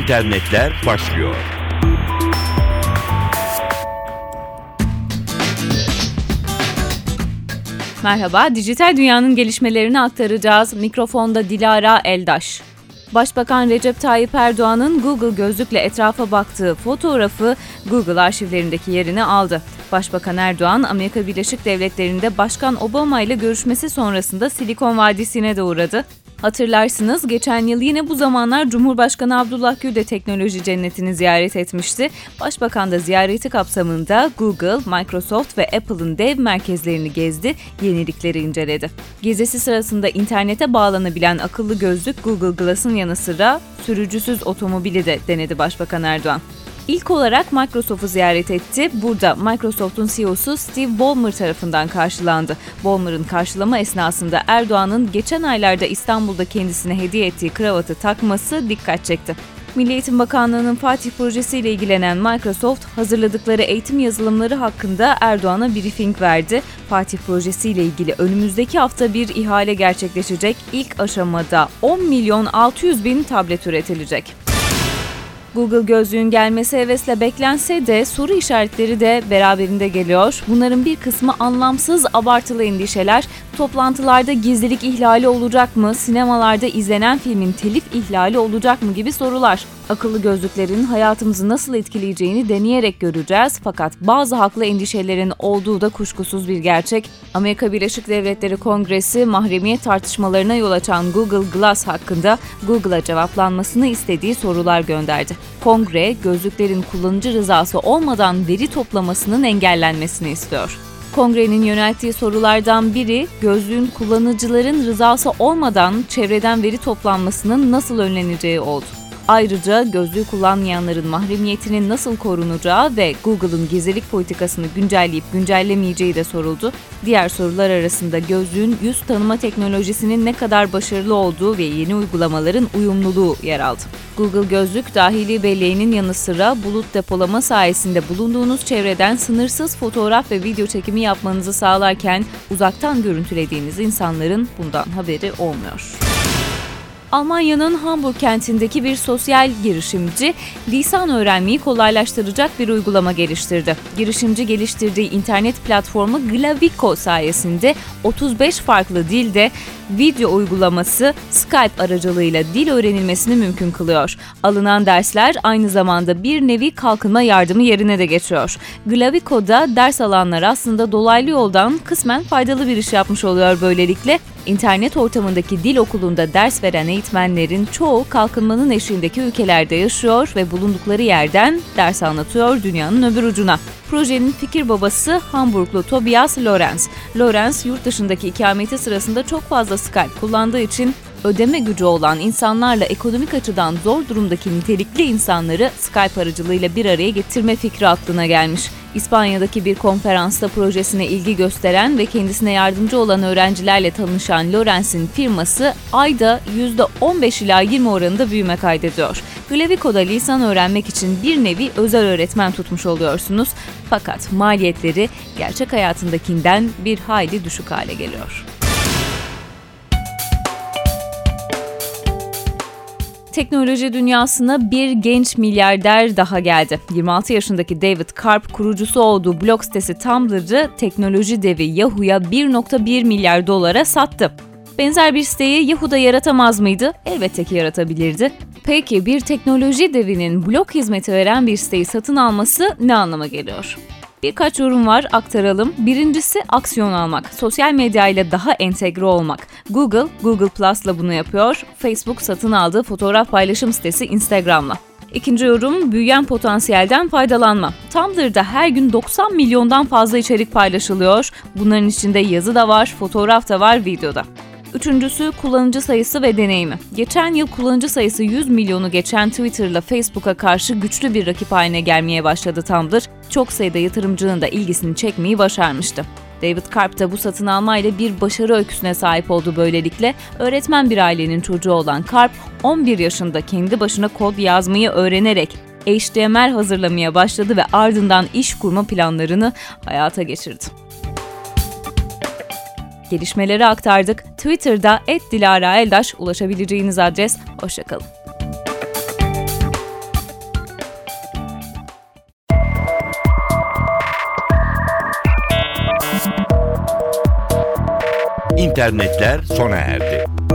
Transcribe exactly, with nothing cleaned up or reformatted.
internetler başlıyor. Merhaba, dijital dünyanın gelişmelerini aktaracağız. Mikrofonda Dilara Eldaş. Başbakan Recep Tayyip Erdoğan'ın Google gözlükle etrafa baktığı fotoğrafı Google arşivlerindeki yerini aldı. Başbakan Erdoğan, Amerika Birleşik Devletleri'nde Başkan Obama ile görüşmesi sonrasında Silikon Vadisi'ne de uğradı. Hatırlarsınız, geçen yıl yine bu zamanlar Cumhurbaşkanı Abdullah Gül de teknoloji cennetini ziyaret etmişti. Başbakan da ziyareti kapsamında Google, Microsoft ve Apple'ın dev merkezlerini gezdi, yenilikleri inceledi. Gezisi sırasında internete bağlanabilen akıllı gözlük Google Glass'ın yanı sıra sürücüsüz otomobili de denedi Başbakan Erdoğan. İlk olarak Microsoft'u ziyaret etti. Burada Microsoft'un C E O'su Steve Ballmer tarafından karşılandı. Ballmer'ın karşılama esnasında Erdoğan'ın geçen aylarda İstanbul'da kendisine hediye ettiği kravatı takması dikkat çekti. Milli Eğitim Bakanlığı'nın Fatih projesiyle ilgilenen Microsoft, hazırladıkları eğitim yazılımları hakkında Erdoğan'a briefing verdi. Fatih projesiyle ilgili önümüzdeki hafta bir ihale gerçekleşecek. İlk aşamada on milyon altı yüz bin tablet üretilecek. Google gözlüğün gelmesi hevesle beklense de soru işaretleri de beraberinde geliyor. Bunların bir kısmı anlamsız, abartılı endişeler. Toplantılarda gizlilik ihlali olacak mı? Sinemalarda izlenen filmin telif ihlali olacak mı gibi sorular. Akıllı gözlüklerin hayatımızı nasıl etkileyeceğini deneyerek göreceğiz. Fakat bazı haklı endişelerin olduğu da kuşkusuz bir gerçek. Amerika Birleşik Devletleri Kongresi mahremiyet tartışmalarına yol açan Google Glass hakkında Google'a cevaplanmasını istediği sorular gönderdi. Kongre, gözlüklerin kullanıcı rızası olmadan veri toplamasının engellenmesini istiyor. Kongrenin yönelttiği sorulardan biri, gözlüğün kullanıcıların rızası olmadan çevreden veri toplanmasının nasıl önleneceği oldu. Ayrıca gözlüğü kullanmayanların mahremiyetinin nasıl korunacağı ve Google'ın gizlilik politikasını güncelleyip güncellemeyeceği de soruldu. Diğer sorular arasında gözlüğün yüz tanıma teknolojisinin ne kadar başarılı olduğu ve yeni uygulamaların uyumluluğu yer aldı. Google Gözlük, dahili belleğinin yanı sıra bulut depolama sayesinde bulunduğunuz çevreden sınırsız fotoğraf ve video çekimi yapmanızı sağlarken uzaktan görüntülediğiniz insanların bundan haberi olmuyor. Almanya'nın Hamburg kentindeki bir sosyal girişimci, lisan öğrenmeyi kolaylaştıracak bir uygulama geliştirdi. Girişimci geliştirdiği internet platformu Glavico sayesinde otuz beş farklı dilde video uygulaması Skype aracılığıyla dil öğrenilmesini mümkün kılıyor. Alınan dersler aynı zamanda bir nevi kalkınma yardımı yerine de geçiyor. Glavico'da ders alanlar aslında dolaylı yoldan kısmen faydalı bir iş yapmış oluyor böylelikle. İnternet ortamındaki dil okulunda ders veren eğitmenlerin çoğu kalkınmanın eşiğindeki ülkelerde yaşıyor ve bulundukları yerden ders anlatıyor dünyanın öbür ucuna. Projenin fikir babası Hamburglu Tobias Lorenz. Lorenz, yurt dışındaki ikameti sırasında çok fazla Skype kullandığı için ödeme gücü olan insanlarla ekonomik açıdan zor durumdaki nitelikli insanları Skype aracılığıyla bir araya getirme fikri aklına gelmiş. İspanya'daki bir konferansta projesine ilgi gösteren ve kendisine yardımcı olan öğrencilerle tanışan Lorenz'in firması ayda yüzde on beş ila yirmi oranında büyüme kaydediyor. Glavico'da lisan öğrenmek için bir nevi özel öğretmen tutmuş oluyorsunuz. Fakat maliyetleri gerçek hayatındakinden bir hayli düşük hale geliyor. Teknoloji dünyasına bir genç milyarder daha geldi. yirmi altı yaşındaki David Karp, kurucusu olduğu blog sitesi Tumblr'ı teknoloji devi Yahoo'ya bir virgül bir milyar dolara sattı. Benzer bir siteyi Yahoo'da yaratamaz mıydı? Elbette ki yaratabilirdi. Peki bir teknoloji devinin blog hizmeti veren bir siteyi satın alması ne anlama geliyor? Birkaç yorum var, aktaralım. Birincisi aksiyon almak. Sosyal medya ile daha entegre olmak. Google, Google Plus'la bunu yapıyor. Facebook satın aldığı fotoğraf paylaşım sitesi Instagram'la. İkinci yorum, büyüyen potansiyelden faydalanma. Tumblr'da her gün doksan milyondan fazla içerik paylaşılıyor. Bunların içinde yazı da var, fotoğraf da var, video da. Üçüncüsü kullanıcı sayısı ve deneyimi. Geçen yıl kullanıcı sayısı yüz milyonu geçen Twitter'la Facebook'a karşı güçlü bir rakip haline gelmeye başladı Tumblr. Çok sayıda yatırımcının da ilgisini çekmeyi başarmıştı. David Karp da bu satın almayla bir başarı öyküsüne sahip oldu böylelikle. Öğretmen bir ailenin çocuğu olan Karp, on bir yaşında kendi başına kod yazmayı öğrenerek H T M L hazırlamaya başladı ve ardından iş kurma planlarını hayata geçirdi. Gelişmeleri aktardık. Twitter'da et dilara eldaş ulaşabileceğiniz adres. Hoşça kalın. İnternetler sona erdi.